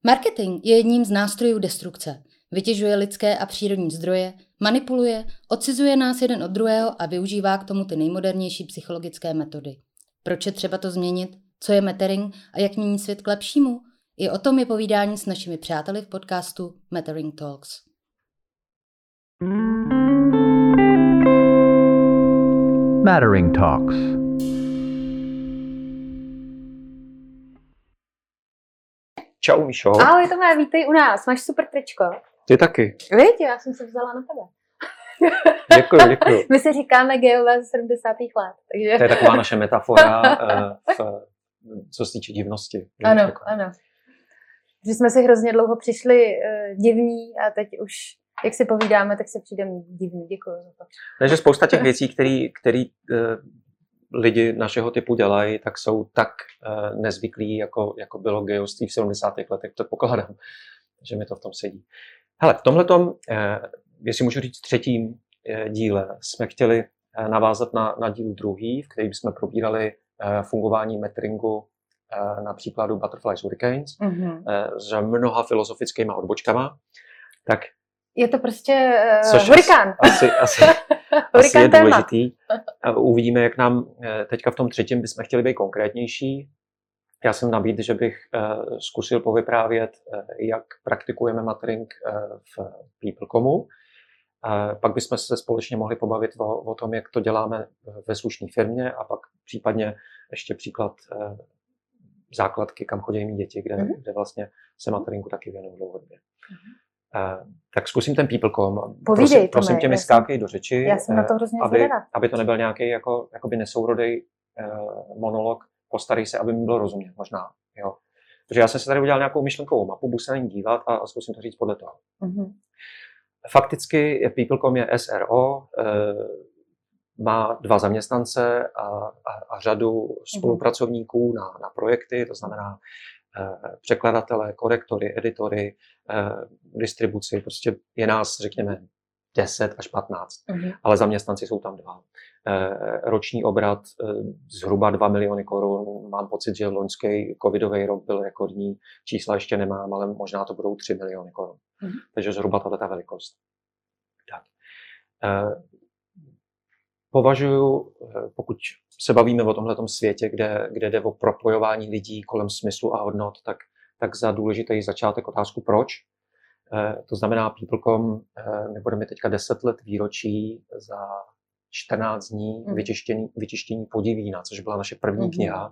Marketing je jedním z nástrojů destrukce. Vytěžuje lidské a přírodní zdroje, manipuluje, odcizuje nás jeden od druhého a využívá k tomu ty nejmodernější psychologické metody. Proč je třeba to změnit? Co je Mattering a jak mění svět k lepšímu? I o tom je povídání s našimi přáteli v podcastu Mattering Talks. Mattering Talks. Čau, Míšo. Ahoj, Tome, vítej u nás. Máš super tričko. Ty taky. Víš, já jsem se vzala na tebe. Děkuji. My si říkáme gejové ze 70. let. Takže... To je taková naše metafora, co se týče divnosti. Ano. Že jsme si hrozně dlouho přišli divní a teď už, jak si povídáme, tak se přijdeme divní. Děkuji za to. Takže spousta těch věcí, které lidi našeho typu dělají, tak jsou tak nezvyklí, jako bylo gejovství v 70. letech, to pokládám, že mi to v tom sedí. Hele, v tomhletom, jestli můžu říct třetím díle, jsme chtěli navázat na díl druhý, v kterém jsme probírali fungování Matteringu na příkladu Butterflies Hurricanes s mnoha filozofickými odbočkama. Tak je to prostě hurikán. Asi je důležitý. Uvidíme, jak nám teďka v tom třetím bychom chtěli být konkrétnější. Já jsem nabídl, že bych zkusil povyprávět, jak praktikujeme Mattering v PeopleComu. Pak bychom se společně mohli pobavit o tom, jak to děláme ve slušné firmě a pak případně ještě příklad základky, kam chodí mý děti, kde vlastně se Matteringu taky věnují dlouhodobě. Tak zkusím ten PeopleCom. Prosím tě, mi skákej do řeči, já jsem na to hrozně zvědavá. Aby to nebyl nějaký jakoby nesourodý monolog. Postarej se, aby mi bylo rozumět, možná. Jo. Protože já jsem se tady udělal nějakou myšlenkovou mapu, budu se na ní dívat a zkusím to říct podle toho. Fakticky PeopleCom je SRO, má 2 zaměstnance a řadu spolupracovníků na projekty, to znamená překladatele, korektory, editory, distribuci, prostě je nás, řekněme, 10 až 15, ale zaměstnanci jsou tam 2. Roční obrat zhruba 2 miliony korun. Mám pocit, že loňský covidový rok byl rekordní. Čísla ještě nemám, ale možná to budou 3 miliony korun. Takže zhruba tato velikost. Tak. Považuji, pokud se bavíme o tomhletom světě, kde jde o propojování lidí kolem smyslu a hodnot, tak za důležitý začátek otázku proč. To znamená PeopleCom, my budeme teďka 10 let výročí za 14 dní vytištění Podivína, což byla naše první kniha.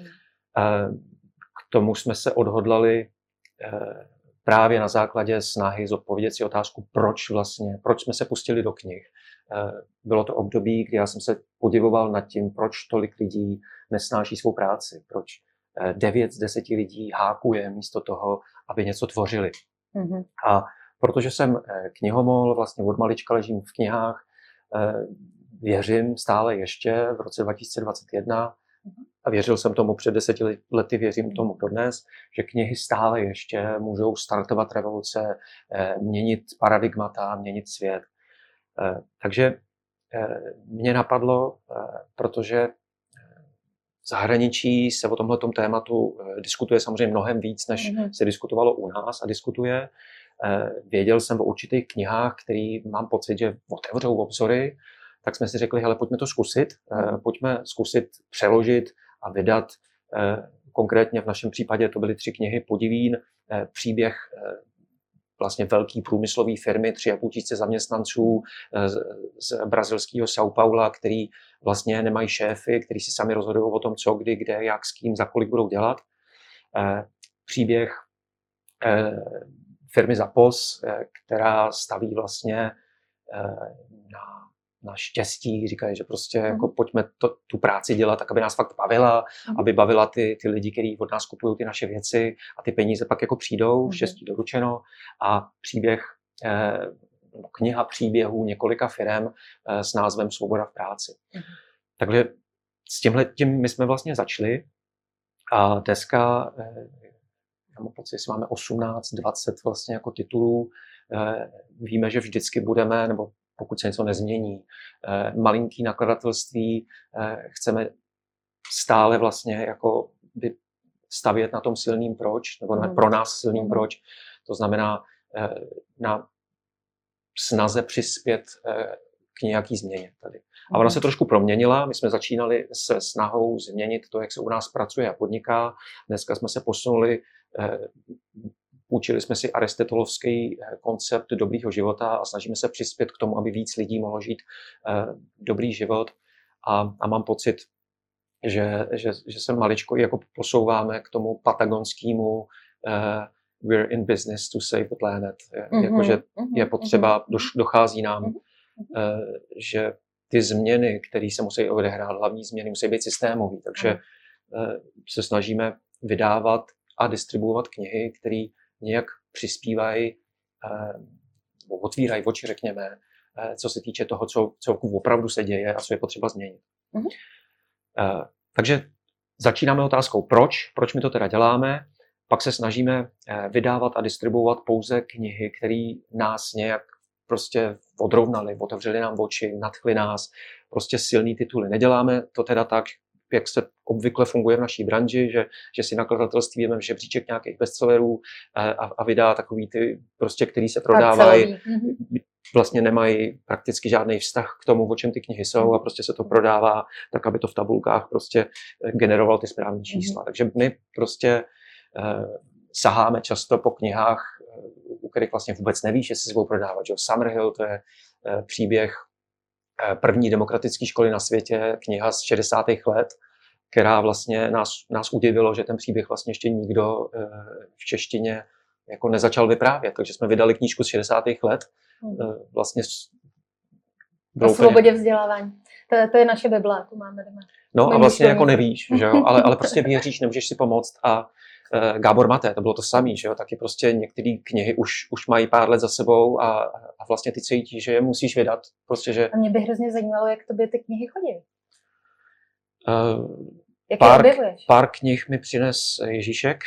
K tomu jsme se odhodlali právě na základě snahy zodpovědět si otázku, proč jsme se pustili do knih. Bylo to období, kdy já jsem se podivoval nad tím, proč tolik lidí nesnáší svou práci, proč 9 z 10 lidí hákuje místo toho, aby něco tvořili. A protože jsem knihomol, vlastně od malička ležím v knihách, věřím stále ještě v roce 2021 a věřil jsem tomu před 10 lety, věřím tomu dodnes, že knihy stále ještě můžou startovat revoluce, měnit paradigmata, měnit svět. Takže mě napadlo, protože v zahraničí se o tomhletom tématu diskutuje samozřejmě mnohem víc, než se diskutovalo u nás a diskutuje. Věděl jsem o určitých knihách, které mám pocit, že otevřou obzory, tak jsme si řekli, hele, pojďme to zkusit. Pojďme zkusit přeložit a vydat. Konkrétně v našem případě to byly 3 knihy Podivín, příběh vlastně velký průmyslový firmy, 3,5 tisíce zaměstnanců z brazilského São Paula, který vlastně nemají šéfy, který si sami rozhodují o tom, co, kdy, kde, jak, s kým, za kolik budou dělat. Příběh firmy Zappos, která staví vlastně na štěstí, říkají, že prostě jako pojďme tu práci dělat tak, aby nás fakt bavila, aby bavila ty lidi, kteří od nás kupují ty naše věci a ty peníze pak jako přijdou, štěstí doručeno a kniha příběhů několika firem s názvem Svoboda v práci. Takže s tímhletím my jsme vlastně začali a dneska já mám pocit, že máme 18, 20 vlastně jako titulů. Víme, že vždycky budeme, nebo pokud se něco nezmění, malinký nakladatelství, chceme stále vlastně jako by stavět na tom silným proč, nebo pro nás silným proč. To znamená na snaze přispět k nějaký změně tady. A ona se trošku proměnila. My jsme začínali se snahou změnit to, jak se u nás pracuje a podniká. Dneska jsme se posunuli, učili jsme si aristotelovský koncept dobrýho života a snažíme se přispět k tomu, aby víc lidí mohlo žít dobrý život. A mám pocit, že se maličko jako posouváme k tomu patagonskému we're in business to save the planet. Jakože je potřeba, dochází nám, že ty změny, které se musí odehrát, hlavní změny musí být systémové. Takže se snažíme vydávat a distribuovat knihy, které nějak přispívají, otvírají oči, řekněme, co se týče toho, co opravdu se děje a co je potřeba změnit. Takže začínáme otázkou proč my to teda děláme, pak se snažíme vydávat a distribuovat pouze knihy, které nás nějak prostě odrovnaly, otevřely nám oči, nadchly nás, prostě silný tituly. Neděláme to teda tak, jak se obvykle funguje v naší branži, že si nakladatelství veme žebříček nějakých bestsellerů a vydá takový ty, prostě, který se prodávají, vlastně nemají prakticky žádný vztah k tomu, o čem ty knihy jsou a prostě se to prodává tak, aby to v tabulkách prostě generovalo ty správné čísla. Takže my prostě saháme často po knihách, u kterých vlastně vůbec nevíš, jestli se budou prodávat. Summerhill, to je příběh první demokratické školy na světě, kniha z 60. let, která vlastně nás udivilo, že ten příběh vlastně ještě nikdo v češtině jako nezačal vyprávět. Takže jsme vydali knížku z 60. let. Vlastně o svobodě vzdělávání. To je naše Bible, tu máme doma. No a vlastně jako nevíš, že jo? Ale prostě věříš, nemůžeš si pomoct. A Gábor Maté, to bylo to samý, že jo? Taky prostě některé knihy už mají pár let za sebou a vlastně ty cítíš, že je musíš vydat. Prostě, že... A mě by hrozně zajímalo, jak tobě ty knihy chodí. Pár knih mi přines Ježíšek,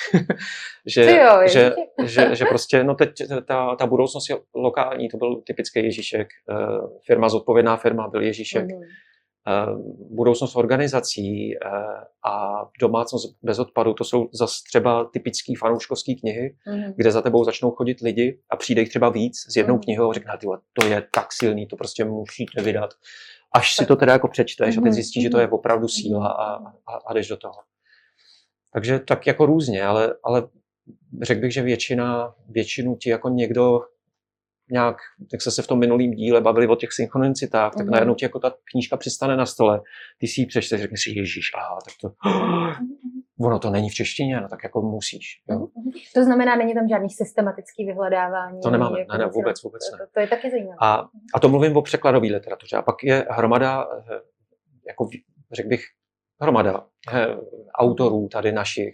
že prostě, no teď ta budoucnost je lokální, to byl typický Ježíšek, zodpovědná firma byl Ježíšek, budoucnost organizací a domácnost bez odpadu, to jsou zase třeba typický fanouškovský knihy, kde za tebou začnou chodit lidi a přijde jich třeba víc s jednou knihou a řekne, to je tak silný, to prostě musíte vydat. Až si to teda jako přečteš a teď zjistíš, že to je opravdu síla a jdeš do toho. Takže tak jako různě, ale řekl bych, že většinu ti jako někdo nějak, tak se v tom minulým díle bavili o těch synchronicitách, tak najednou ti jako ta knížka přistane na stole, ty si ji přečteš, řekneš si, ježíš, aha, tak to, ono to není v češtině, no tak jako musíš. Jo. To znamená, není tam žádný systematický vyhledávání? To nemáme, ne, vůbec ne. To je taky zajímavé. A to mluvím o překladové literatuře. A pak je hromada, jako řekl bych, hromada autorů tady našich,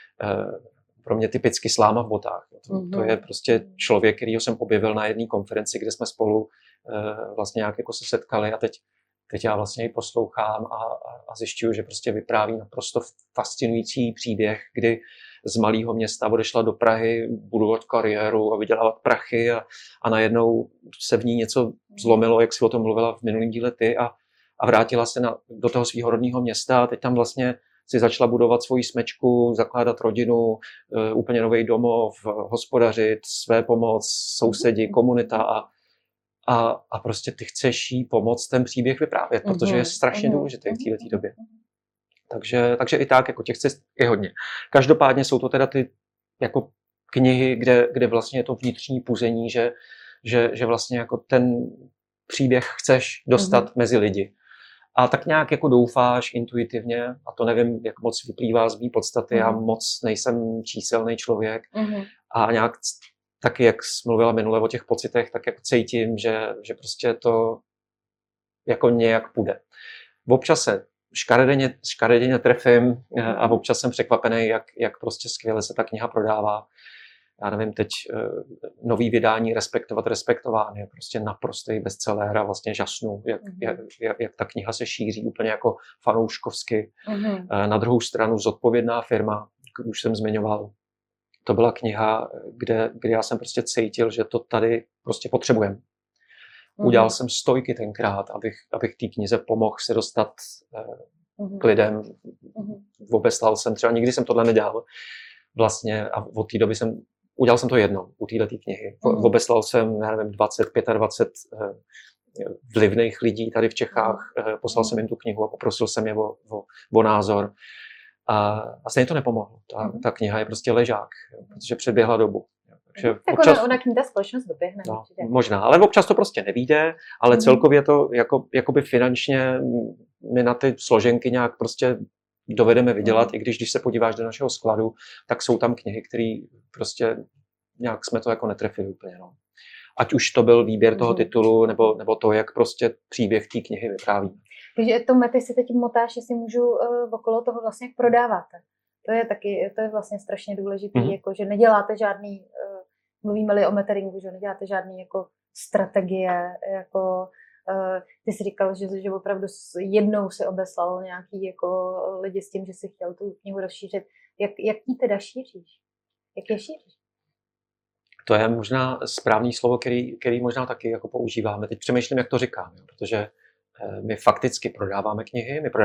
pro mě typicky sláma v botách. To je prostě člověk, kterýho jsem objevil na jedné konferenci, kde jsme spolu vlastně nějak jako se setkali a teď já vlastně ji poslouchám a zjišťuju, že prostě vypráví naprosto fascinující příběh, kdy z malého města odešla do Prahy budovat kariéru a vydělávat prachy a najednou se v ní něco zlomilo, jak si o tom mluvila v minulém díle ty a vrátila se do toho svého rodného města a teď tam vlastně si začala budovat svoji smečku, zakládat rodinu, úplně nový domov, hospodařit, své pomoc, sousedi, komunita a prostě ty chceš jí pomoct ten příběh vyprávět, protože je strašně důležitý v této době. Takže i tak, jako těch cest je hodně. Každopádně jsou to teda ty jako knihy, kde vlastně je to vnitřní puzení, že vlastně jako ten příběh chceš dostat mezi lidi. A tak nějak jako doufáš intuitivně, a to nevím, jak moc vyplývá z mý podstaty, já moc nejsem číselný člověk a nějak taky, jak jsi mluvila minule o těch pocitech, tak jako cítím, že prostě to jako nějak půjde. Občas se škareděně trefím a občas jsem překvapený, jak prostě skvěle se ta kniha prodává. Já nevím, teď nový vydání Respektován je prostě naprostý bestseller a vlastně žasnu, jak ta kniha se šíří úplně jako fanouškovsky. Na druhou stranu Zodpovědná firma, už jsem zmiňoval, to byla kniha, kde já jsem prostě cítil, že to tady prostě potřebujeme. Udělal jsem stojky tenkrát, abych té knize pomohl se dostat k lidem. Obeslal jsem, třeba nikdy jsem tohle nedělal vlastně a od té doby udělal jsem to jednou u této knihy. Obeslal jsem, já nevím, 20, 25 vlivných lidí tady v Čechách, poslal jsem jim tu knihu a poprosil jsem je o názor. A stejně to nepomohlo. Ta kniha je prostě ležák, protože předběhla dobu. Takže tak občas, ona k ní ta společnost doběhne. no, možná, ale občas to prostě nevyjde, ale celkově to jakoby finančně my na ty složenky nějak prostě dovedeme vydělat, i když se podíváš do našeho skladu, tak jsou tam knihy, které prostě nějak jsme to jako netrefili úplně. No. Ať už to byl výběr toho titulu, nebo to, jak prostě příběh té knihy vypráví. Takže to Mety si teď motáš, jestli můžu okolo toho vlastně, jak prodáváte. To je vlastně strašně důležité, jako, že neděláte žádný, mluvíme-li o meteringu, že neděláte žádný jako strategie, jako ty jsi říkal, že opravdu jednou si obeslal nějaký jako lidi s tím, že si chtěl tu knihu rozšířit. Jak ji teda šíříš? Jak je šíříš? To je možná správný slovo, který možná taky jako používáme. Teď přemýšlím, jak to říkám, protože my fakticky prodáváme knihy, my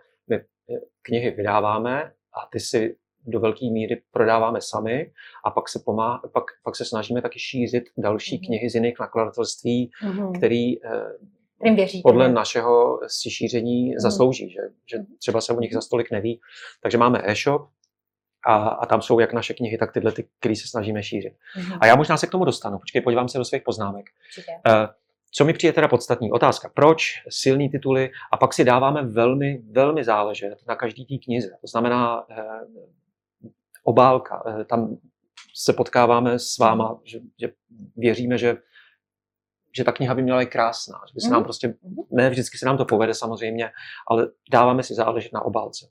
knihy vydáváme a ty si do velké míry prodáváme sami a pak se snažíme taky šířit další knihy z jiných nakladatelství, který podle našeho si šíření zaslouží, že třeba se o nich za stolik neví. Takže máme e-shop a tam jsou jak naše knihy, tak tyhle, které se snažíme šířit. A já možná se k tomu dostanu. Počkej, podívám se do svých poznámek. Co mi přijde teda podstatný? Otázka, proč silný tituly a pak si dáváme velmi, velmi záležet na každý té knize. To znamená obálka. Tam se potkáváme s váma, že věříme, že ta kniha by měla být krásná. Že by se nám prostě, ne vždycky se nám to povede samozřejmě, ale dáváme si záležet na obálce.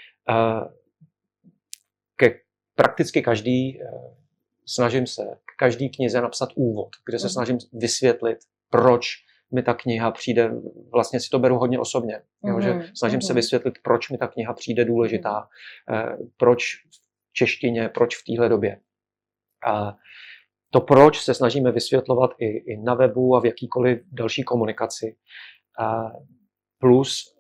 Prakticky snažím se k každý knize napsat úvod, kde se snažím vysvětlit, proč mi ta kniha přijde, vlastně si to beru hodně osobně, že snažím se vysvětlit, proč mi ta kniha přijde důležitá, proč v češtině, proč v téhle době. To proč se snažíme vysvětlovat i na webu a v jakýkoliv další komunikaci. Plus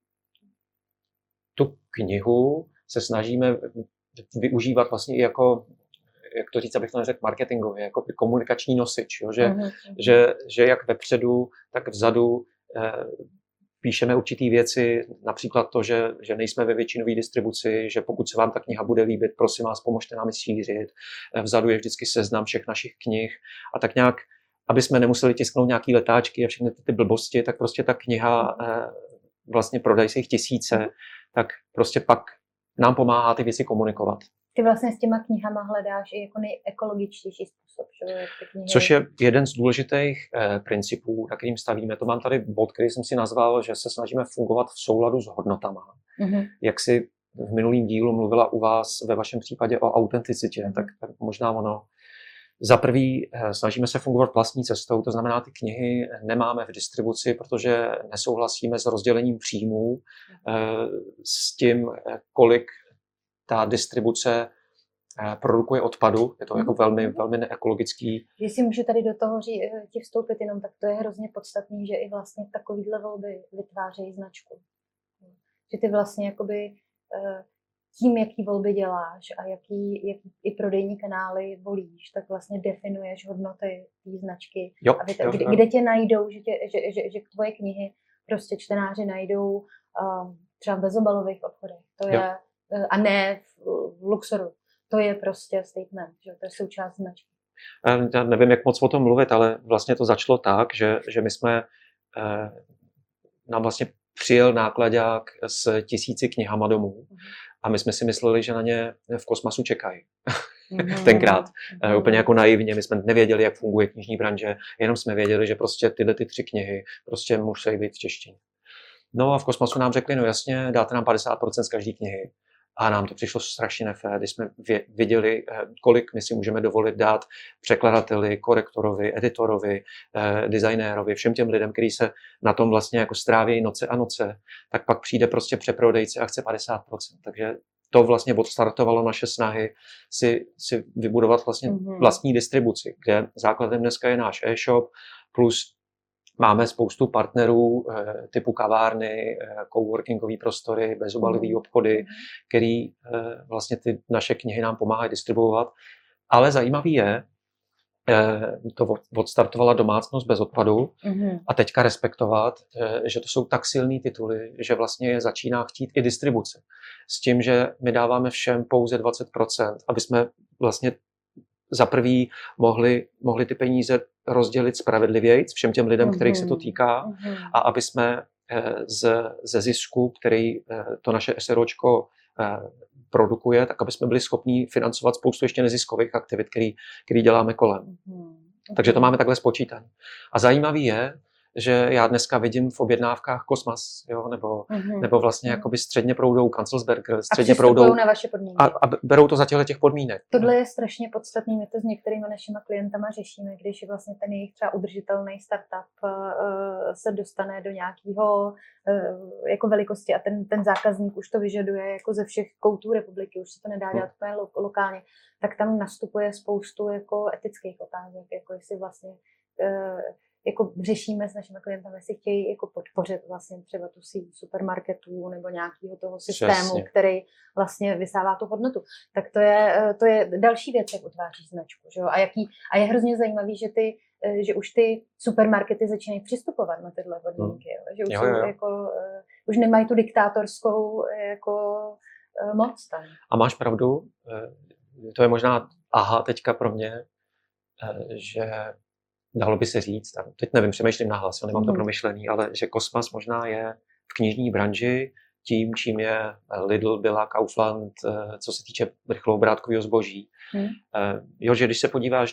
tu knihu se snažíme využívat vlastně i jako, jak to říct, abych to neřekl marketingově, jako komunikační nosič, jo? Že jak vepředu, tak vzadu píšeme určitý věci, například to, že nejsme ve většinové distribuci, že pokud se vám ta kniha bude líbit, prosím vás, pomožte nám ji šířit. Vzadu je vždycky seznam všech našich knih a tak nějak, aby jsme nemuseli tisknout nějaký letáčky a všechny ty blbosti, tak prostě ta kniha, vlastně prodají se jich tisíce, tak prostě pak nám pomáhá ty věci komunikovat. Ty vlastně s těma knihama hledáš i jako nejekologičtější způsob, že? Což je jeden z důležitých principů, na kterým stavíme. To mám tady bod, který jsem si nazval, že se snažíme fungovat v souladu s hodnotama. Jak si v minulém dílu mluvila u vás ve vašem případě o autenticitě, tak možná ono. Za prvý snažíme se fungovat vlastní cestou, to znamená, ty knihy nemáme v distribuci, protože nesouhlasíme s rozdělením příjmů, s tím, kolik ta distribuce produkuje odpadu. Je to jako velmi, velmi neekologický. Jestli můžu tady do toho ti vstoupit jenom, tak to je hrozně podstatný, že i vlastně takovýhle volby vytvářejí značku. Že ty vlastně jakoby tím, jaký volby děláš a jaký i prodejní kanály volíš, tak vlastně definuješ hodnoty té značky. Kde tě najdou, že tvoje knihy prostě čtenáři najdou třeba v bezobalových obchodech. To je, a ne v Luxoru. To je prostě statement, že to je součást značky. Já nevím, jak moc o tom mluvit, ale vlastně to začalo tak, že my jsme nám vlastně přijel nákladák s 1000 knihama domů a my jsme si mysleli, že na ně v Kosmasu čekají. Tenkrát. Úplně jako naivně, my jsme nevěděli, jak funguje knižní branže, jenom jsme věděli, že prostě tyhle 3 knihy prostě musí být v češtině. No a v Kosmasu nám řekli, no jasně, dáte nám 50% z každé knihy. A nám to přišlo strašně nefér, když jsme viděli, kolik my si můžeme dovolit dát překladateli, korektorovi, editorovi, designérovi, všem těm lidem, kteří se na tom vlastně jako stráví noce a noce, tak pak přijde prostě přeprodejce a chce 50%. Takže to vlastně odstartovalo naše snahy si vybudovat vlastně vlastní distribuci, kde základem dneska je náš e-shop plus Máme spoustu partnerů typu kavárny, coworkingové prostory, bezobalové obchody, který vlastně ty naše knihy nám pomáhají distribuovat. Ale zajímavý je, to odstartovala Domácnost bez odpadu a teďka respektovat, že to jsou tak silný tituly, že vlastně je začíná chtít i distribuce. S tím, že my dáváme všem pouze 20%, aby jsme vlastně za prvý mohli ty peníze rozdělit spravedlivěji všem těm lidem, kterých se to týká, a aby jsme ze zisku, který to naše SROčko produkuje, tak aby jsme byli schopni financovat spoustu ještě neziskových aktivit, který děláme kolem. Takže to máme takhle spočítané. A zajímavý je, že já dneska vidím v objednávkách Kosmas, jo, nebo vlastně jakoby středně proudou Kanzelsberger, středně proudou na vaše podmínky. A berou to za těch podmínek. Tohle je strašně podstatný, my to s některými našimi klientama řešíme, když vlastně ten jejich třeba udržitelný startup se dostane do nějakého jako velikosti a ten zákazník už to vyžaduje jako ze všech koutů republiky, už se to nedá dělat úplně lokálně, tak tam nastupuje spoustu jako etických otázek, jako jestli vlastně jako řešíme s našimi klientami, jestli chtějí jako podpořit vlastně třeba tu síť supermarketů nebo nějakého toho systému, Přesně. který vlastně vysává tu hodnotu. Tak to je další věc, jak utváří značku. Že jo? A je hrozně zajímavý, že už ty supermarkety začínají přistupovat na tyhle podmínky. Jo? Že už, jo. Jako, už nemají tu diktátorskou jako, moc tam. A máš pravdu, to je možná aha teďka pro mě, že dalo by se říct, teď nevím, přemýšlím nahlas, nemám to promyšlený, ale že Kosmas možná je v knižní branži tím, čím je Lidl, Billa, Kaufland, co se týče rychloobrátkového zboží. Jo, že když se podíváš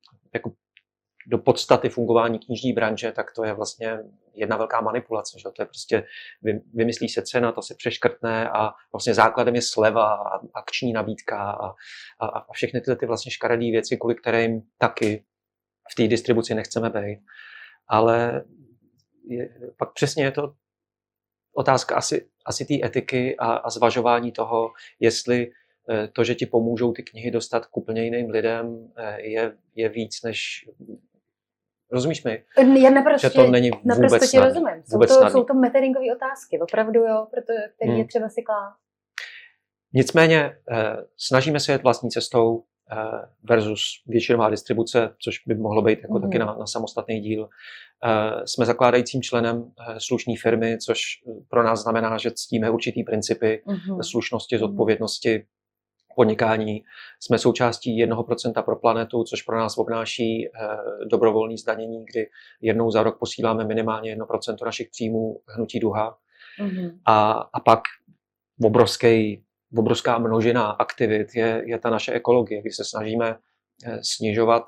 do podstaty fungování knižní branže, tak to je vlastně jedna velká manipulace. Že? To je prostě, vymyslí se cena, to se přeškrtne a vlastně základem je sleva a akční nabídka a všechny ty vlastně škaredý věci, kvůli kterým taky v té distribuci nechceme být. Ale pak přesně je to otázka asi té etiky a zvažování toho, jestli to, že ti pomůžou ty knihy dostat k úplně jiným lidem, je víc než... Rozumíš mi? Že to není vůbec ti rozumím. Jsou to metodingové otázky, opravdu, jo, který je třeba si klást. Nicméně snažíme se jet vlastní cestou versus většinová distribuce, což by mohlo být jako taky na samostatný díl. Jsme zakládajícím členem slušné firmy, což pro nás znamená, že ctíme určitý principy slušnosti, zodpovědnosti, podnikání. Jsme součástí 1% pro planetu, což pro nás obnáší dobrovolné zdanění, kdy jednou za rok posíláme minimálně 1% našich příjmů hnutí Duha. A pak obrovská množina aktivit je ta naše ekologie, kdy se snažíme snižovat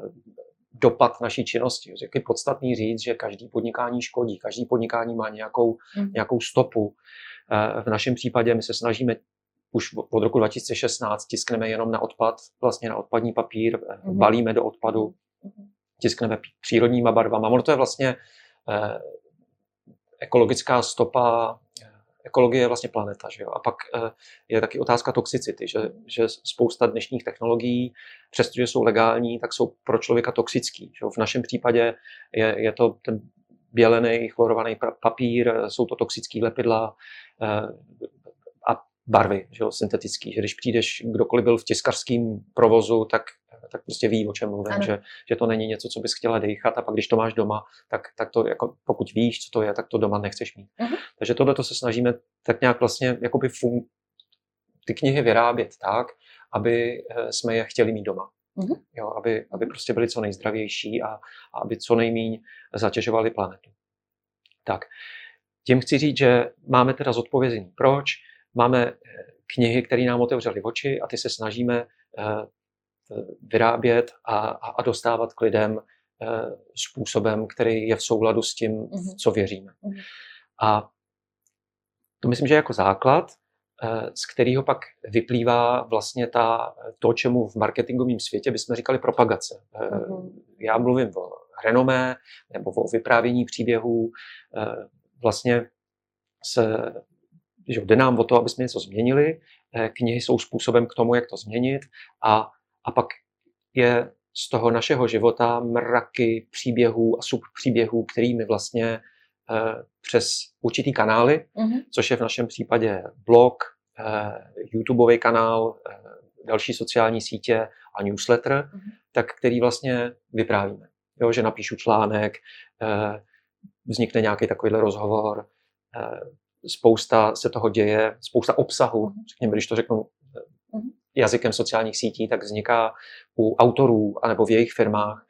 dopad naší činnosti. Je podstatný říct, že každý podnikání škodí, každý podnikání má nějakou stopu. V našem případě my se snažíme už od roku 2016 tiskneme jenom na odpad, vlastně na odpadní papír, balíme do odpadu, tiskneme přírodníma barvama. Ono to je vlastně ekologická stopa, ekologie je vlastně planeta, že jo? A pak je taky otázka toxicity, že spousta dnešních technologií, přestože jsou legální, tak jsou pro člověka toxický. Že jo? V našem případě je to ten bělený, chlorovaný papír, jsou to toxický lepidla a barvy, že jo, syntetický. Že když přijdeš, kdokoliv byl v tiskařském provozu, tak prostě ví, o čem mluvím, že to není něco, co bys chtěla dejchat, a pak když to máš doma, tak to jako, pokud víš, co to je, tak to doma nechceš mít. Takže tohleto se snažíme tak nějak vlastně jakoby ty knihy vyrábět tak, aby jsme je chtěli mít doma. Jo, aby prostě byly co nejzdravější a aby co nejméně zatěžovali planetu. Tak, tím chci říct, že máme teda zodpovězení proč, máme knihy, které nám otevřely oči a ty se snažíme vyrábět a dostávat k lidem způsobem, který je v souladu s tím, co věříme. A to myslím, že je jako základ, z kterého pak vyplývá vlastně to, čemu v marketingovém světě bychom říkali propagace. Já mluvím o renomé nebo o vyprávění příběhů. Vlastně jde nám o to, aby jsme něco změnili. Knihy jsou způsobem k tomu, jak to změnit, a pak je z toho našeho života mraky příběhů a subpříběhů, kterými vlastně přes určitý kanály, což je v našem případě blog, YouTubeový kanál, další sociální sítě a newsletter, tak který vlastně vyprávíme. Jo, že napíšu článek, vznikne nějaký takovýhle rozhovor, spousta se toho děje, spousta obsahu, řekněme, když to řeknu jazykem sociálních sítí, tak vzniká u autorů anebo v jejich firmách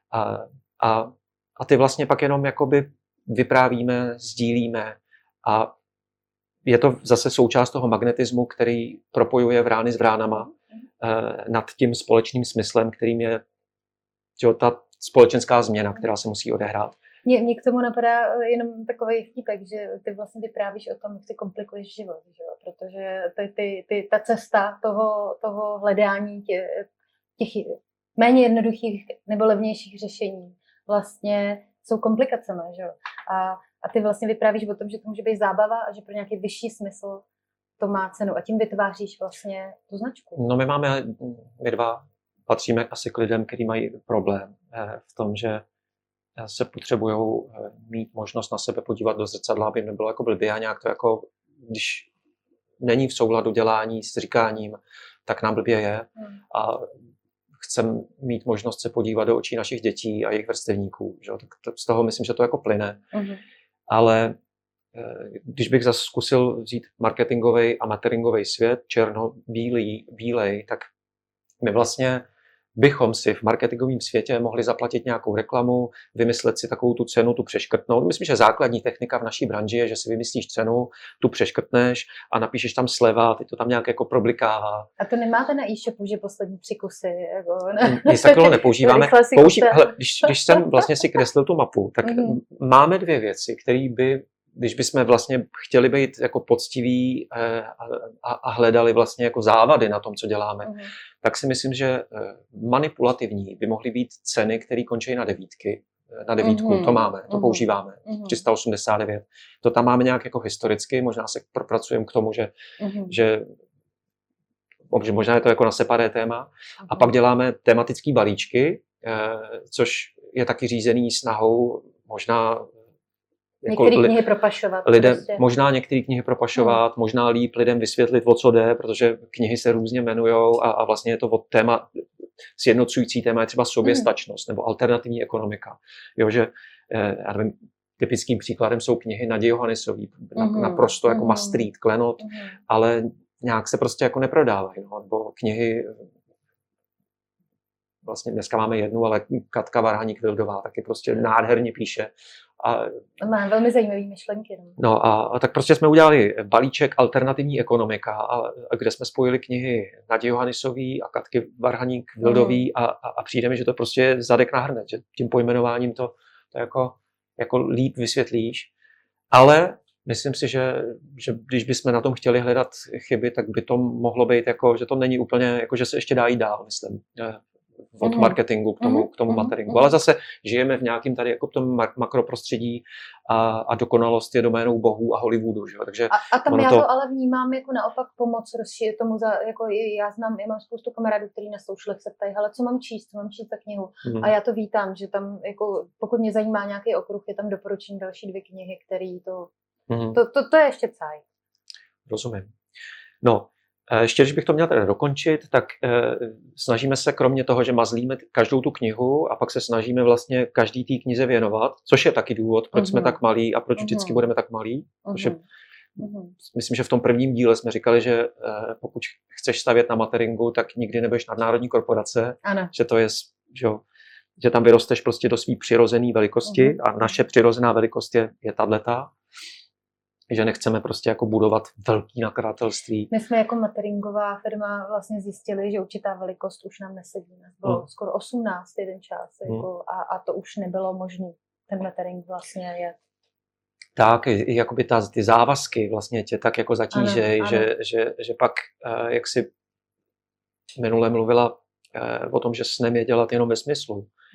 a ty vlastně pak jenom jakoby vyprávíme, sdílíme a je to zase součást toho magnetismu, který propojuje vrány s vránama nad tím společným smyslem, kterým je ta společenská změna, která se musí odehrát. Mě k tomu napadá jenom takový vtípek, že ty vlastně vyprávíš o tom, jak si komplikuješ život, že jo? Protože ta cesta toho hledání těch méně jednoduchých nebo levnějších řešení vlastně jsou komplikacemi, že jo? A ty vlastně vyprávíš o tom, že to může být zábava a že pro nějaký vyšší smysl to má cenu a tím vytváříš vlastně tu značku. No my dva patříme asi k lidem, kteří mají problém v tom, že se potřebují mít možnost na sebe podívat do zrcadla, aby nebylo jako blbě a nějak to jako, když není v souladu dělání s říkáním, tak nám blbě je a chceme mít možnost se podívat do očí našich dětí a jejich vrstevníků. Že? Tak z toho myslím, že to jako plyne. Ale když bych zase zkusil vzít marketingový a marketingový svět, černo-bílej, tak my vlastně bychom si v marketingovém světě mohli zaplatit nějakou reklamu, vymyslet si takovou tu cenu, tu přeškrtnout. Myslím, že základní technika v naší branži je, že si vymyslíš cenu, tu přeškrtneš a napíšeš tam sleva, teď to tam nějak jako problikává. A to nemáte na e-shopu, že poslední 3 kusy? Jako, nic takového nepoužíváme. Když jsem vlastně si kreslil tu mapu, tak máme 2 věci, které by, když bychom vlastně chtěli být jako poctiví a hledali vlastně jako závady na tom, co děláme, tak si myslím, že manipulativní by mohly být ceny, které končí na 9. Na 9 to máme, to používáme. 389. To tam máme nějak jako historicky, možná se propracujeme k tomu, že možná je to jako na separé téma. A pak děláme tematické balíčky, což je taky řízený snahou možná jako některé knihy propašovat. Možná některé knihy propašovat, možná líp lidem vysvětlit, o co jde, protože knihy se různě jmenujou a vlastně je to od téma, sjednocující téma je třeba soběstačnost nebo alternativní ekonomika. Jo, že, já nevím, typickým příkladem jsou knihy Naděje Johannisový, naprosto jako must read, klenot, ale nějak se prostě jako neprodávají. No, nebo knihy, vlastně dneska máme jednu, ale Katka Varhaník-Vildová taky prostě nádherně píše. Má velmi zajímavé myšlenky. No a tak prostě jsme udělali balíček Alternativní ekonomika, kde jsme spojili knihy Naděje Johannisový a Katky Varhaník-Vildový a přijde mi, že to prostě je zadek na hrnec, že tím pojmenováním to jako líp vysvětlíš. Ale myslím si, že když bychom na tom chtěli hledat chyby, tak by to mohlo být jako, že to není úplně, jako že se ještě dá jít dál, myslím. Od marketingu k tomu marketingu. Ale zase žijeme v nějakém tady jako v tom makroprostředí a dokonalost je doménou bohů a Hollywoodu. Že? Takže a tam já to ale vnímám jako naopak pomoc rozšířit tomu, jako já mám spoustu kamarádů, kteří na socialech se ptají, hele, co mám číst za knihu. A já to vítám, že tam, jako, pokud mě zajímá nějaký okruh, je tam doporučení další 2 knihy, které to je ještě caj. Rozumím. No, ještě, když bych to měl teda dokončit, tak snažíme se kromě toho, že mazlíme každou tu knihu a pak se snažíme vlastně každý té knize věnovat, což je taky důvod, proč jsme tak malí a proč vždycky budeme tak malí. Protože myslím, že v tom prvním díle jsme říkali, že pokud chceš stavět na marketingu, tak nikdy nebudeš nadnárodní korporace, že to je, že tam vyrosteš prostě do své přirozené velikosti a naše přirozená velikost je tato. Že nechceme prostě jako budovat velký nakladatelství. My jsme jako marketingová firma vlastně zjistili, že určitá velikost už nám nesedí. Bylo skoro 18 jeden čas jako, a to už nebylo možné. Ten marketing vlastně je. Tak, jakoby ty závazky vlastně tě tak jako zatížejí, že pak, jak si minule mluvila o tom, že snem je dělat jenom ve smyslu,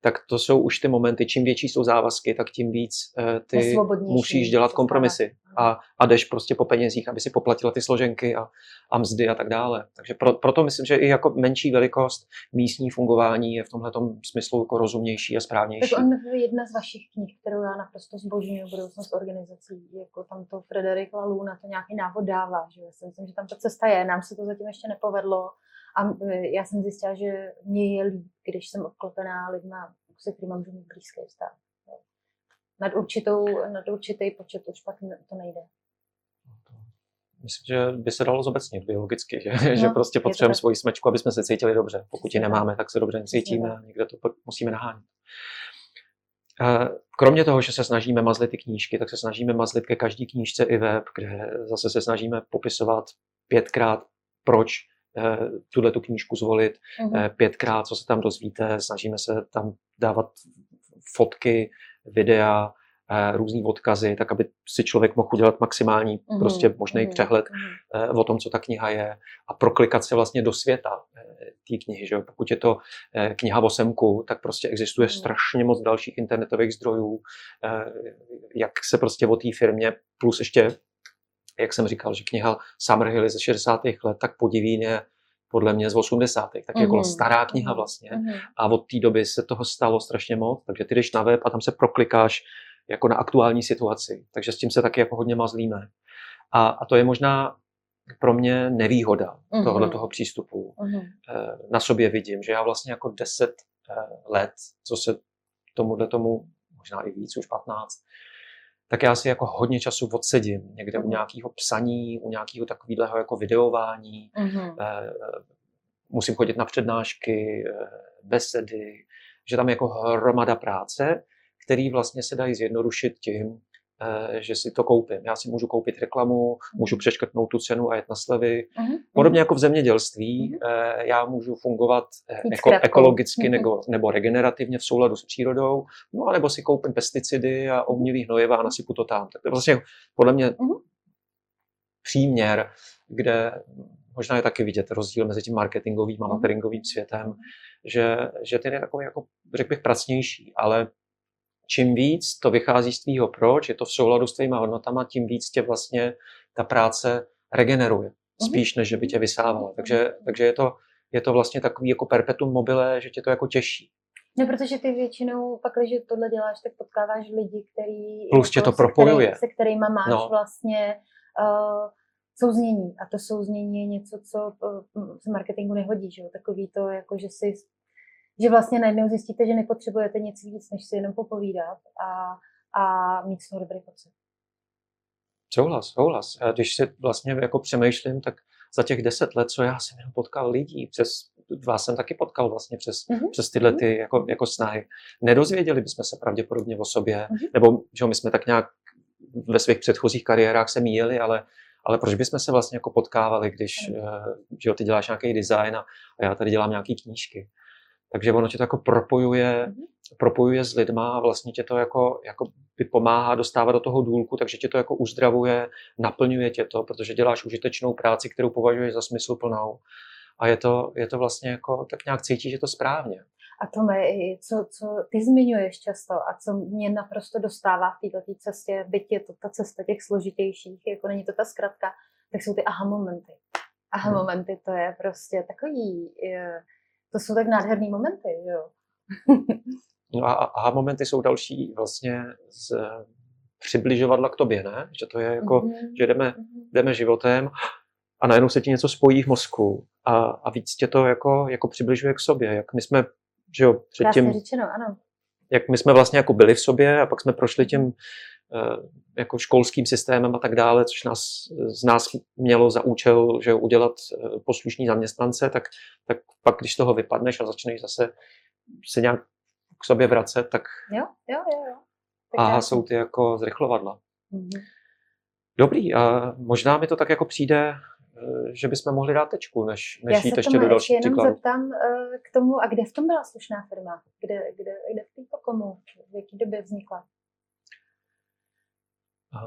tak to jsou už ty momenty, čím větší jsou závazky, tak tím víc ty musíš dělat kompromisy a jdeš prostě po penězích, aby si poplatila ty složenky a mzdy a tak dále. Takže proto myslím, že i jako menší velikost místní fungování je v tomhletom smyslu jako rozumnější a správnější. Tak jedna z vašich knih, kterou já naprosto zbožňuji, Budoucnost organizací, jako tam to Frederick Laloux na to nějaký návod dává, že já si myslím, že tam ta cesta je, nám se to zatím ještě nepovedlo. A já jsem zjistila, že mě je líp, když jsem obklopená lidma, se kterými můžu mít blízký vztah. Nad určitý počet už pak to nejde. Myslím, že by se dalo zobecnit biologicky, že prostě potřebujeme svoji smečku, aby jsme se cítili dobře. Pokud ji nemáme, tak se dobře necítíme a někde to musíme nahánět. Kromě toho, že se snažíme mazlit ty knížky, tak se snažíme mazlit ke každý knížce i web, kde zase se snažíme popisovat 5krát, proč tu knížku zvolit, 5krát, co se tam dozvíte, snažíme se tam dávat fotky, videa, různý odkazy, tak aby si člověk mohl udělat maximální prostě možný přehled o tom, co ta kniha je a proklikat se vlastně do světa té knihy. Že? Pokud je to kniha o semku, tak prostě existuje strašně moc dalších internetových zdrojů, jak se prostě o té firmě, plus ještě, jak jsem říkal, že kniha Summerhill je ze 60. let, tak Podivín je podle mě z 80. Tak jako stará kniha vlastně. A od té doby se toho stalo strašně moc, takže ty jdeš na web a tam se proklikáš jako na aktuální situaci. Takže s tím se taky jako hodně mazlíme. A to je možná pro mě nevýhoda tohoto přístupu. Na sobě vidím, že já vlastně jako 10 let, co se tomu, možná i víc, už 15, tak já si jako hodně času odsedím někde u nějakého psaní, u nějakého takového jako videování. Musím chodit na přednášky, besedy, že tam je jako hromada práce, který vlastně se dají zjednodušit tím, že si to koupím. Já si můžu koupit reklamu, můžu přeškrtnout tu cenu a jet na slevy. Podobně jako v zemědělství, já můžu fungovat ekologicky nebo regenerativně v souladu s přírodou, no a nebo si koupím pesticidy a umělý hnojiva a nasypu to tam. Tak to je vlastně podle mě příměr, kde možná je taky vidět rozdíl mezi tím marketingovým a marketingovým světem, že ten je takový, jako, řekl bych, pracnější, ale čím víc to vychází z tvýho proč, je to v souladu s tvýma hodnotama, tím víc tě vlastně ta práce regeneruje. Spíš, než že by tě vysávala. Takže je to vlastně takový jako perpetuum mobile, že tě to jako těší. No, protože ty většinou, pak, když tohle děláš, tak potkáváš lidi, který... Plus tě to propojuje. Se kterýma máš vlastně souznění. A to souznění je něco, co se marketingu nehodí. Že? Takový to, jako že vlastně najednou zjistíte, že nepotřebujete nic víc, než si jenom popovídat a mít z toho dobrý pocit. Souhlas. A když si vlastně jako přemýšlím, tak za těch 10 let, co já jsem jenom potkal lidí, vás jsem taky potkal vlastně přes tyhle ty jako snahy. Nedozvěděli bychom se pravděpodobně o sobě, nebo že my jsme tak nějak ve svých předchozích kariérách se míjeli, ale proč bychom se vlastně jako potkávali, když že ty děláš nějaký design a já tady dělám nějaký knížky. Takže ono tě to jako propojuje s lidma a vlastně tě to jako pomáhá dostávat do toho důlku, takže tě to jako uzdravuje, naplňuje tě to, protože děláš užitečnou práci, kterou považuješ za smysluplnou. A je to vlastně jako, tak nějak cítíš, že to správně. A Tome, co ty zmiňuješ často a co mě naprosto dostává v této cestě, byť je to ta cesta těch složitějších, jako není to ta zkratka, tak jsou ty aha momenty. Aha momenty, to je prostě takový... To jsou tak nádherný momenty, jo. No a aha momenty jsou další vlastně z přibližovadla k tobě, ne? Že to je jako, že jdeme životem a najednou se ti něco spojí v mozku a víc tě to jako přibližuje k sobě. Jak my jsme, že jo, předtím... řečeno, ano. Jak my jsme vlastně jako byli v sobě a pak jsme prošli tím jako školským systémem a tak dále, což z nás mělo za účel, že udělat poslušní zaměstnance, tak pak, když z toho vypadneš a začneš zase se nějak k sobě vracet, tak jo. aha, jsou ty jako zrychlovadla. Dobrý, a možná mi to tak jako přijde, že bychom mohli dát tečku, než jít ještě do dalších příkladů. Já se zeptám k tomu, a kde v tom byla slušná firma? Kde v Peoplecomu? V jaký době vznikla?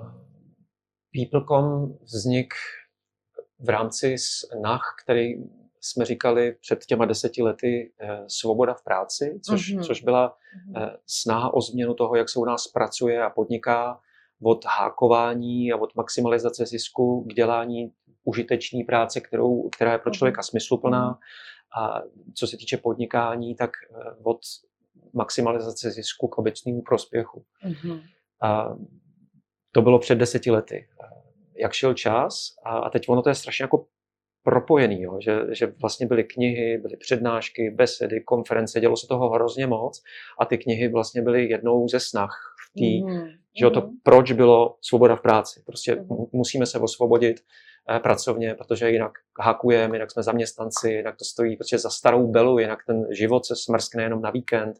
Peoplecom vznik v rámci snah, který jsme říkali před těma 10 lety svoboda v práci, což byla snaha o změnu toho, jak se u nás pracuje a podniká, od hákování a od maximalizace zisku k dělání užitečné práce, která je pro člověka smysluplná. A co se týče podnikání, tak od maximalizace zisku k obecnému prospěchu. A to bylo před 10 lety. Jak šel čas a teď ono to je strašně jako propojený, jo? Že vlastně byly knihy, byly přednášky, besedy, konference, dělo se toho hrozně moc a ty knihy vlastně byly jednou ze snah v té, že to proč bylo svoboda v práci. Prostě musíme se osvobodit pracovně, protože jinak hakujeme, jinak jsme zaměstnanci, jinak to stojí prostě za starou belu, jinak ten život se smrskne jenom na víkend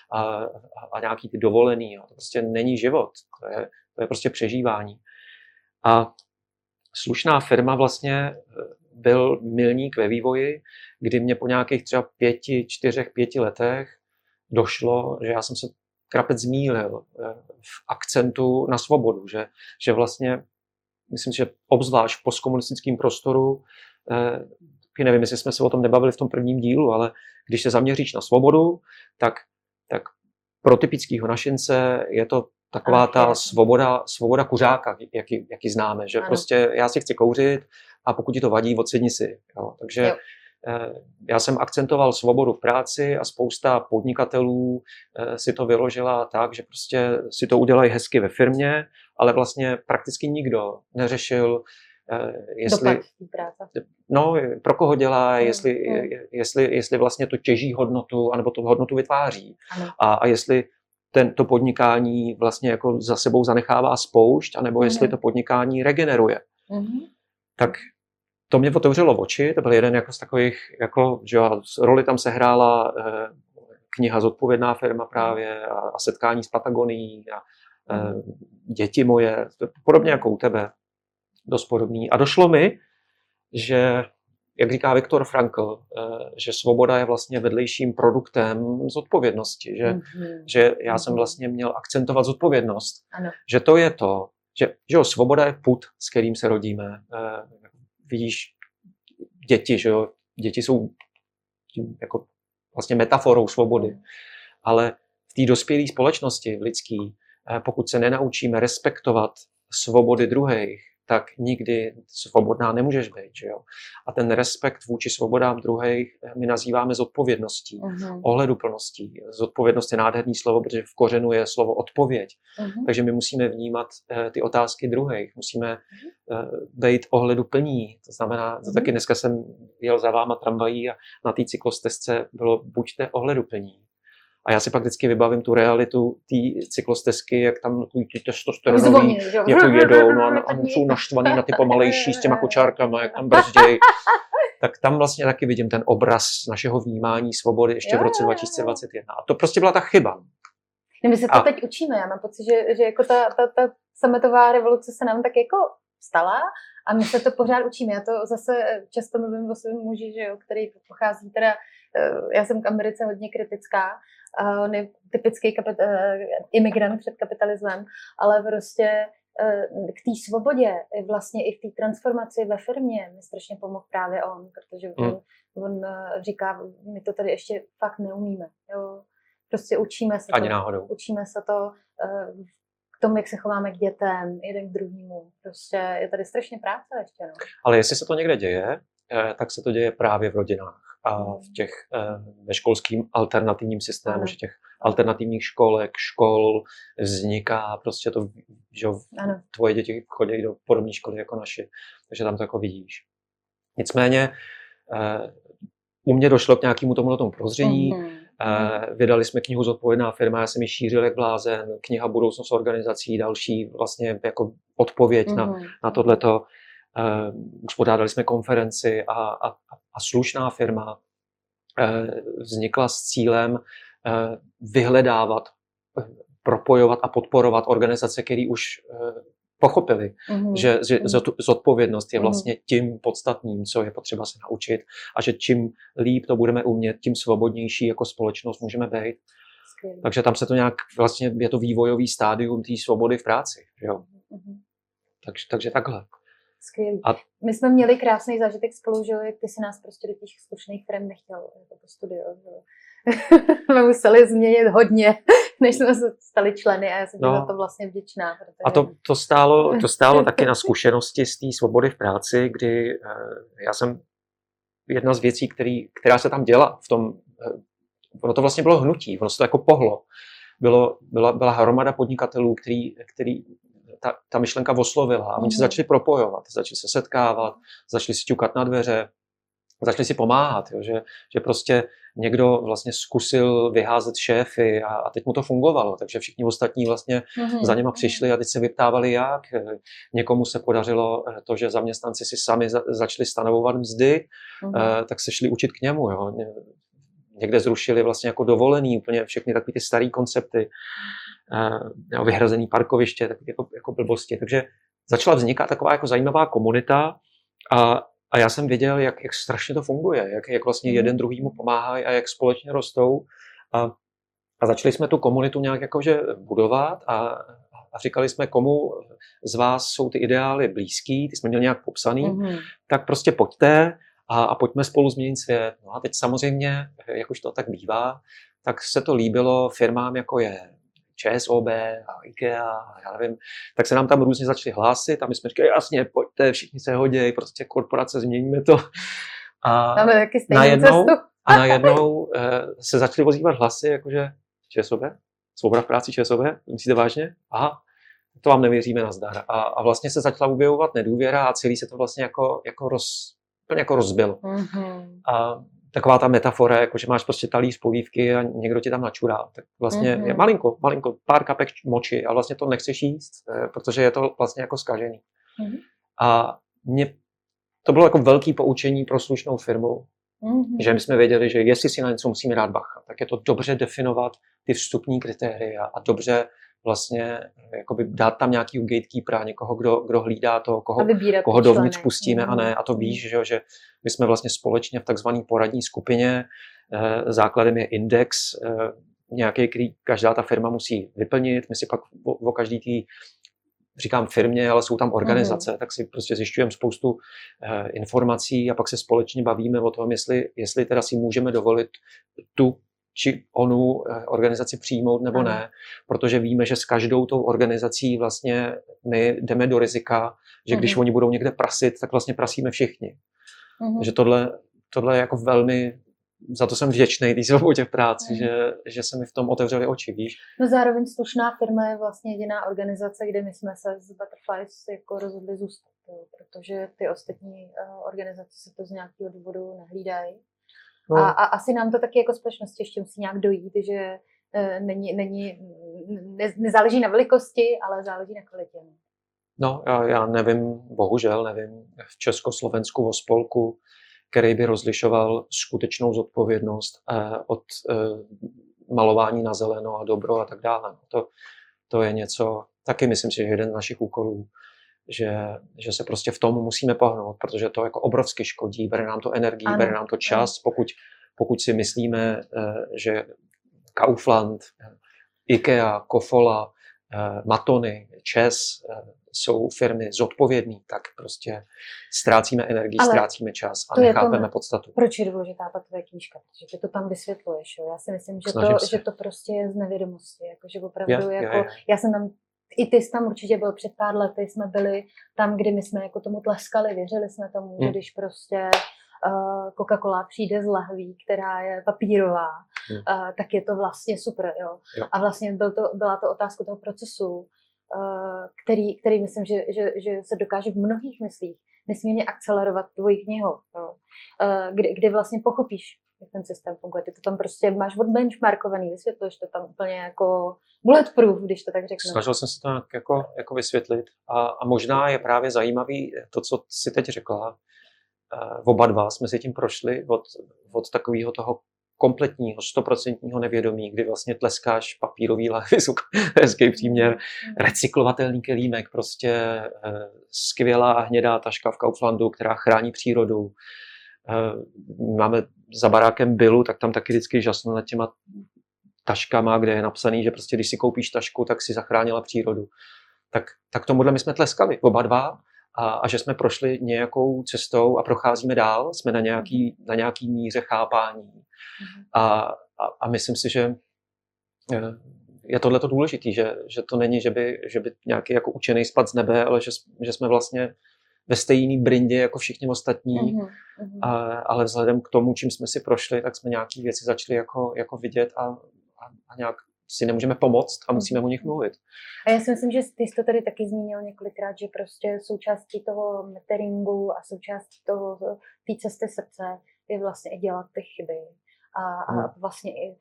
a nějaký ty dovolený. Jo. To prostě není život, to je prostě přežívání. A slušná firma vlastně byl milník ve vývoji, kdy mě po nějakých třeba 5 letech došlo, že já jsem se krapec zmýlil v akcentu na svobodu, že vlastně myslím, že obzvlášť v postkomunistickém prostoru, nevím, jestli jsme se o tom nebavili v tom prvním dílu, ale když se zaměříš na svobodu, tak pro typického našince je to taková ta svoboda kuřáka, jaký známe, že prostě já si chci kouřit a pokud ti to vadí, odsedni si. Jo. Takže já jsem akcentoval svobodu v práci a spousta podnikatelů si to vyložila tak, že prostě si to udělají hezky ve firmě, ale vlastně prakticky nikdo neřešil, jestli pro koho dělá, jestli vlastně to těží hodnotu, anebo tu hodnotu vytváří. A jestli to podnikání vlastně jako za sebou zanechává spoušť, anebo jestli to podnikání regeneruje. Tak to mě otevřelo oči, to byl jeden jako z takových, jako, že roli tam se hrála kniha Zodpovědná firma právě a setkání s Patagonií a děti moje, podobně jako u tebe, dost podobný. A došlo mi, že, jak říká Viktor Frankl, že svoboda je vlastně vedlejším produktem zodpovědnosti, že já jsem vlastně měl akcentovat zodpovědnost, že to je to, že svoboda je pud, s kterým se rodíme. Vidíš děti, že jo, děti jsou jako vlastně metaforou svobody, ale v té dospělé společnosti, v lidský, pokud se nenaučíme respektovat svobody druhých, tak nikdy svobodná nemůžeš být, že jo. A ten respekt vůči svobodám druhých my nazýváme zodpovědností, ohleduplností. Zodpovědnost je nádherný slovo, protože v kořenu je slovo odpověď. Takže my musíme vnímat ty otázky druhých, musíme být ohleduplní. To znamená, to taky dneska jsem jel za váma tramvají a na té cyklostezce bylo buďte ohleduplní. A já si pak vždycky vybavím tu realitu té cyklostezky, jak tam ty testosteronový jako jedou, no a jsou naštvaný na ty pomalejší s těma kočárkama, jak tam brzděj. Tak tam vlastně taky vidím ten obraz našeho vnímání svobody ještě v roce 2021. A to prostě byla ta chyba. My se to teď učíme, já mám pocit, že jako ta sametová revoluce se nám tak jako stala a my se to pořád učíme. Já to zase často mluvím o svém muži, že jo, který pochází teda, já jsem k Americe hodně kritická, on je typický imigrant před kapitalismem, ale prostě k té svobodě, vlastně i v té transformaci ve firmě mi strašně pomohl právě on, protože on říká, my to tady ještě fakt neumíme. Jo. Prostě učíme se to k tomu, jak se chováme k dětem, jeden k druhému. Prostě je tady strašně práce ještě. No. Ale jestli se to někde děje, tak se to děje právě v rodinách a v těch ve školským alternativním systému, že těch alternativních škol vzniká prostě to, že tvoje děti chodí do podobné školy jako naši, takže tam to jako vidíš. Nicméně u mě došlo k nějakému tomu prozření, vydali jsme knihu Zodpovědná firma, já jsem ji šířil jak blázen, kniha Budoucnost organizací, další vlastně jako odpověď na tohleto. Uspořádali jsme konferenci a slušná firma vznikla s cílem vyhledávat, propojovat a podporovat organizace, které už pochopili, že zodpovědnost je vlastně tím podstatným, co je potřeba se naučit a že čím líp to budeme umět, tím svobodnější jako společnost můžeme být. Skvělý. Takže tam se to nějak, vlastně je to vývojový stádium té svobody v práci. Jo? Takže takhle. skvělý. My jsme měli krásný zážitek spolu, že jak ty si nás prostě do těch slušných firm nechtěl jako to studio. jsme museli změnit hodně, než jsme se stali členy a já jsem za to vlastně vděčná. Protože... A to stálo taky na zkušenosti z té svobody v práci, kdy já jsem jedna z věcí, která se tam děla v tom, ono to vlastně bylo hnutí, ono se to jako pohlo. Byla hromada podnikatelů, který ta myšlenka oslovila a oni se začali propojovat, začali se setkávat, začali si ťukat na dveře, začali si pomáhat, jo, že prostě někdo vlastně zkusil vyházet šéfy a teď mu to fungovalo, takže všichni ostatní vlastně za něma přišli a teď se vyptávali jak. Někomu se podařilo to, že zaměstnanci si sami začali stanovovat mzdy, tak se šli učit k němu. Jo. Někde zrušili vlastně jako dovolený, úplně všechny takové ty staré koncepty, vyhrazený parkoviště, takové jako blbosti. Takže začala vznikat taková jako zajímavá komunita a já jsem viděl, jak strašně to funguje, jak vlastně jeden druhýmu pomáhají a jak společně rostou. A začali jsme tu komunitu nějak jakože budovat a říkali jsme, komu z vás jsou ty ideály blízký, ty jsme měli nějak popsaný, tak prostě pojďte a pojďme spolu změnit svět. No a teď samozřejmě, jak už to tak bývá, tak se to líbilo firmám, jako je ČSOB a IKEA, já nevím, tak se nám tam různě začali hlásit a my jsme říkali, jasně, pojďte, všichni se hodějí, prostě korporace, změníme to. A najednou se začaly ozývat hlasy, jakože ČSOB, svoboda v práci ČSOB, myslíte vážně? Aha, to vám nevěříme, nazdar. A vlastně se začala objevovat nedůvěra a celý se to vlastně úplně rozbil. A taková ta metafora, jako že máš prostě talíř polívky a někdo ti tam načurá. Tak vlastně je malinko, pár kapek moči a vlastně to nechceš jíst, protože je to vlastně jako zkažený. A to bylo jako velký poučení pro slušnou firmu, že my jsme věděli, že jestli si na něco musíme dát bacha, tak je to dobře definovat ty vstupní kritéria a dobře vlastně jakoby dát tam nějaký gatekeepera, někoho, kdo hlídá to, koho dovnitř pustíme a ne. A to víš, že my jsme vlastně společně v takzvané poradní skupině, základem je index, nějaký, který každá ta firma musí vyplnit. My si pak o každý tý, říkám firmě, ale jsou tam organizace, tak si prostě zjišťujeme spoustu informací a pak se společně bavíme o tom, jestli teda si můžeme dovolit tu či onu organizaci přijmout nebo ne, protože víme, že s každou tou organizací vlastně my jdeme do rizika, že když oni budou někde prasit, tak vlastně prasíme všichni. Takže tohle je jako velmi, za to jsem vděčný té svobodě v práci, že se mi v tom otevřeli oči, víš. No zároveň slušná firma je vlastně jediná organizace, kde my jsme se z Butterflies jako rozhodli zůstat, protože ty ostatní organizace se to z nějakého důvodu nehlídají. No. A asi nám to taky jako společnosti ještě musí nějak dojít, že nezáleží na velikosti, ale záleží na kvalitě. No, já nevím, bohužel nevím, v Československu o spolku, který by rozlišoval skutečnou zodpovědnost od malování na zeleno a dobro a tak dále. To je něco, taky myslím si, že jeden z našich úkolů, že se prostě v tom musíme pohnout, protože to jako obrovsky škodí, bere nám to energii, bere nám to čas, pokud si myslíme, že Kaufland, IKEA, Kofola, Matony, ČES jsou firmy zodpovědný, tak prostě ztrácíme energii, ztrácíme čas a nechápeme podstatu. Proč je důležitá ta tvoje knížka? Protože ty to tam vysvětluješ. Jo? Já si myslím, že to prostě je z nevědomosti. Že opravdu já jsem tam, i ty jsi tam určitě byl před pár lety, jsme byli tam, kdy my jsme jako tomu tleskali, věřili jsme tomu, že když prostě Coca-Cola přijde z lahví, která je papírová, tak je to vlastně super. Jo? A vlastně byla to otázka toho procesu, který myslím, že se dokáže v mnohých myslích nesmírně akcelerovat tvojí knihou. Kdy vlastně pochopíš, jak ten systém funguje. Ty to tam prostě máš odbenchmarkovaný, vysvětluješ to tam úplně jako bulletproof, když to tak řeknu. Snažil jsem se to jako vysvětlit a možná je právě zajímavý to, co jsi teď řekla. Oba dva jsme si tím prošli od takového toho kompletního, 100% nevědomí, kdy vlastně tleskáš papírový lahvi, hezký příměr, recyklovatelný kelímek, prostě skvělá hnědá taška v Kauflandu, která chrání přírodu. Máme za barákem Billu, tak tam taky vždycky žasnu nad těma taškama, kde je napsaný, že prostě když si koupíš tašku, tak si zachránila přírodu. Tak tomuhle my jsme tleskali, oba dva. a že jsme prošli nějakou cestou a procházíme dál, jsme na nějaký míře chápání. A myslím si, že je tohleto důležitý, že to není, že by nějaký jako učený spad z nebe, ale že jsme vlastně ve stejný brindě jako všichni ostatní, ale vzhledem k tomu, čím jsme si prošli, tak jsme nějaký věci začali jako vidět a nějak si nemůžeme pomoct a musíme o nich mluvit. A já si myslím, že ty jsi to tady taky zmínil několikrát, že prostě součástí toho meteringu a součástí té cesty srdce je vlastně i dělat ty chyby a vlastně i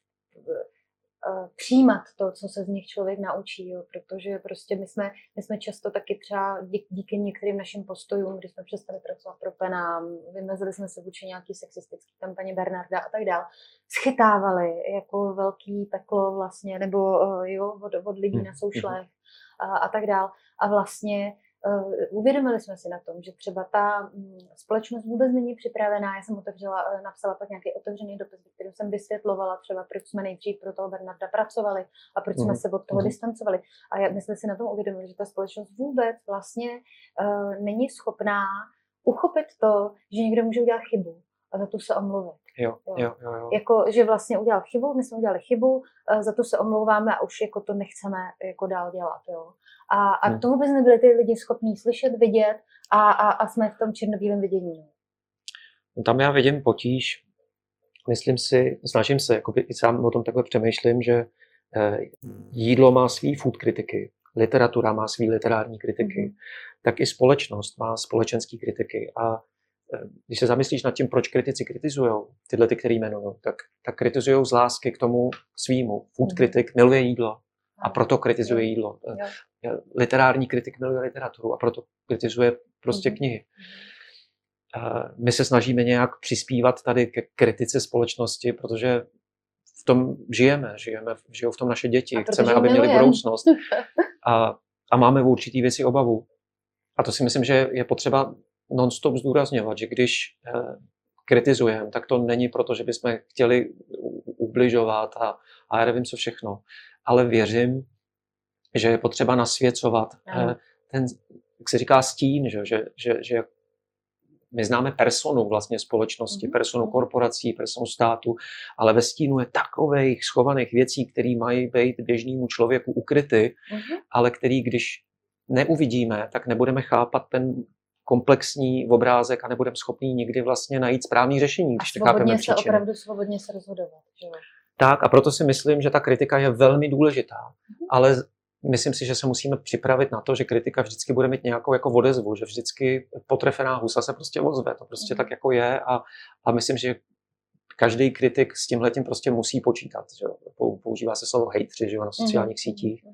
přijímat to, co se z nich člověk naučí, jo, protože prostě my jsme často taky třeba díky některým našim postojům, když jsme přestali pracovat pro Penám, vymezili jsme se vůči nějaký sexistický kampaně Bernarda a tak dále, schytávali jako velký peklo vlastně, nebo od lidí na soušlech a tak dále. A vlastně uvědomili jsme si na tom, že třeba ta společnost vůbec není připravená. Já jsem napsala pak nějaký otevřený dopis, který jsem vysvětlovala třeba, proč jsme nejdřív pro toho Bernarda pracovali a proč jsme se od toho distancovali. A my jsme si na tom uvědomili, že ta společnost vůbec vlastně není schopná uchopit to, že někdo může udělat chybu a za to se omluvit. Jo. Jako, že vlastně udělal chybu, my jsme udělali chybu, za to se omlouváme a už jako to nechceme jako dál dělat. Jo. A to vůbec nebyli ty lidi schopní slyšet, vidět a jsme v tom černobílém vidění. Tam já vidím potíž, snažím se, jakoby i sám o tom takhle přemýšlím, že jídlo má svý food kritiky, literatura má svý literární kritiky, tak i společnost má společenský kritiky. A když se zamyslíš nad tím, proč kritici kritizujou tyhle, který jmenují, tak kritizujou z lásky k tomu svýmu. Food kritik miluje jídlo a proto kritizuje jídlo. Literární kritik miluje literaturu a proto kritizuje prostě knihy. My se snažíme nějak přispívat tady ke kritice společnosti, protože v tom žijou v tom naše děti, chceme, aby měli budoucnost a máme v určitý věci obavu. A to si myslím, že je potřeba non-stop zdůrazňovat, že když kritizujeme, tak to není proto, že bychom chtěli ubližovat a já nevím co všechno, ale věřím, že je potřeba nasvěcovat ten, jak se říká, stín, že my známe personu vlastně společnosti, personu korporací, personu státu, ale ve stínu je takových schovaných věcí, které mají být běžnému člověku ukryty, ale který, když neuvidíme, tak nebudeme chápat ten komplexní obrázek a nebudeme schopni nikdy vlastně najít správný řešení, když nechápeme příčiny. Opravdu svobodně se rozhodovat. Že? Tak a proto si myslím, že ta kritika je velmi důležitá, ale myslím si, že se musíme připravit na to, že kritika vždycky bude mít nějakou jako odezvu, že vždycky potrefená husa se prostě ozve, to prostě tak jako je a myslím, že každý kritik s tímhletím prostě musí počítat, že používá se slovo hejtři, že na sociálních sítích.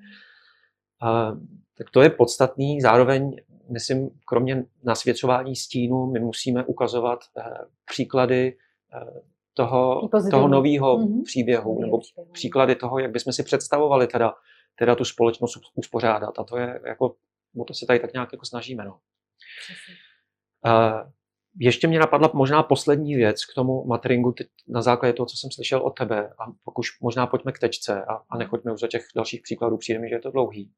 Tak to je podstatný, zároveň myslím, kromě nasvědčování stínu, my musíme ukazovat příklady toho nového příběhu, nebo příklady toho, jak bychom si představovali teda tu společnost uspořádat. A to je jako, o to se tady tak nějak jako snažíme. No. Ještě mě napadla možná poslední věc k tomu materingu na základě toho, co jsem slyšel od tebe. A pokud možná pojďme k tečce a nechoďme už do těch dalších příkladů, přijde mi, že je to dlouhý.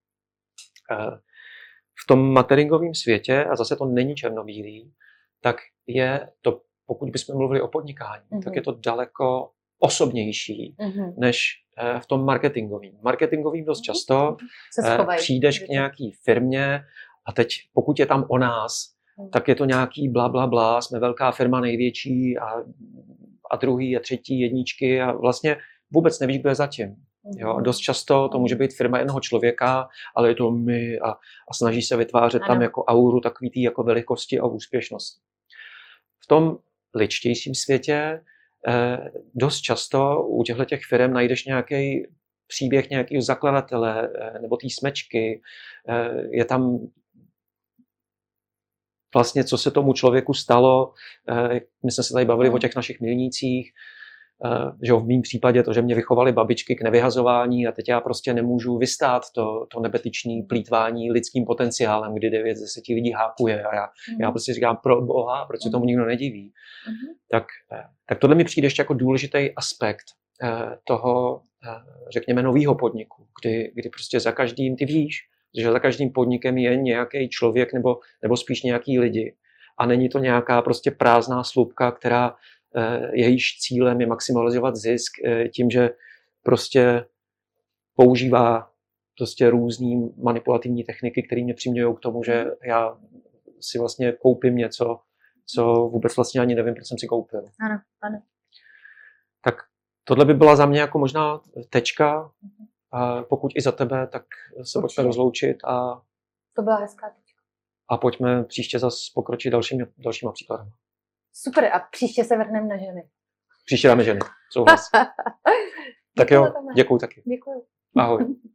V tom materingovém světě, a zase to není černobílý, tak je to, pokud bychom mluvili o podnikání, tak je to daleko osobnější než v tom marketingovém. Marketingovým dost často přijdeš k nějaký firmě a teď, pokud je tam o nás, tak je to nějaký bla, jsme velká firma, největší a druhý a třetí jedničky a vlastně vůbec nevíš, kdo je zatím. Jo, dost často to může být firma jednoho člověka, ale je to my a snaží se vytvářet tam jako auru takový tý jako velikosti a úspěšnosti. V tom ličtějším světě dost často u těchto firm najdeš nějaký příběh nějakého zakladatele nebo té smečky. Je tam vlastně, co se tomu člověku stalo. My jsme se tady bavili o těch našich milnících. Že v mém případě to, že mě vychovaly babičky k nevyhazování a teď já prostě nemůžu vystát to nebetyčný plýtvání lidským potenciálem, kdy 9 z 10 lidí hákuje a já prostě říkám pro Boha, proč se tomu nikdo nediví. Tak tohle mi přijde ještě jako důležitý aspekt toho, řekněme, nového podniku, kdy prostě za každým ty víš, Že za každým podnikem je nějaký člověk nebo spíš nějaký lidi. A není to nějaká prostě prázdná slupka, která jejíž cílem je maximalizovat zisk tím, že prostě používá prostě různý manipulativní techniky, které mě přimějou k tomu, že já si vlastně koupím něco, co vůbec vlastně ani nevím, proč jsem si koupil. Ano. Tak tohle by byla za mě jako možná tečka. A pokud i za tebe, tak se pojďme rozloučit a to byla hezká tečka. A pojďme příště zase pokročit dalšíma příkladem. Super, a příště se vrhneme na ženy. Příště dáme ženy, souhlas. Tak jo, děkuju taky. Děkuju. Ahoj.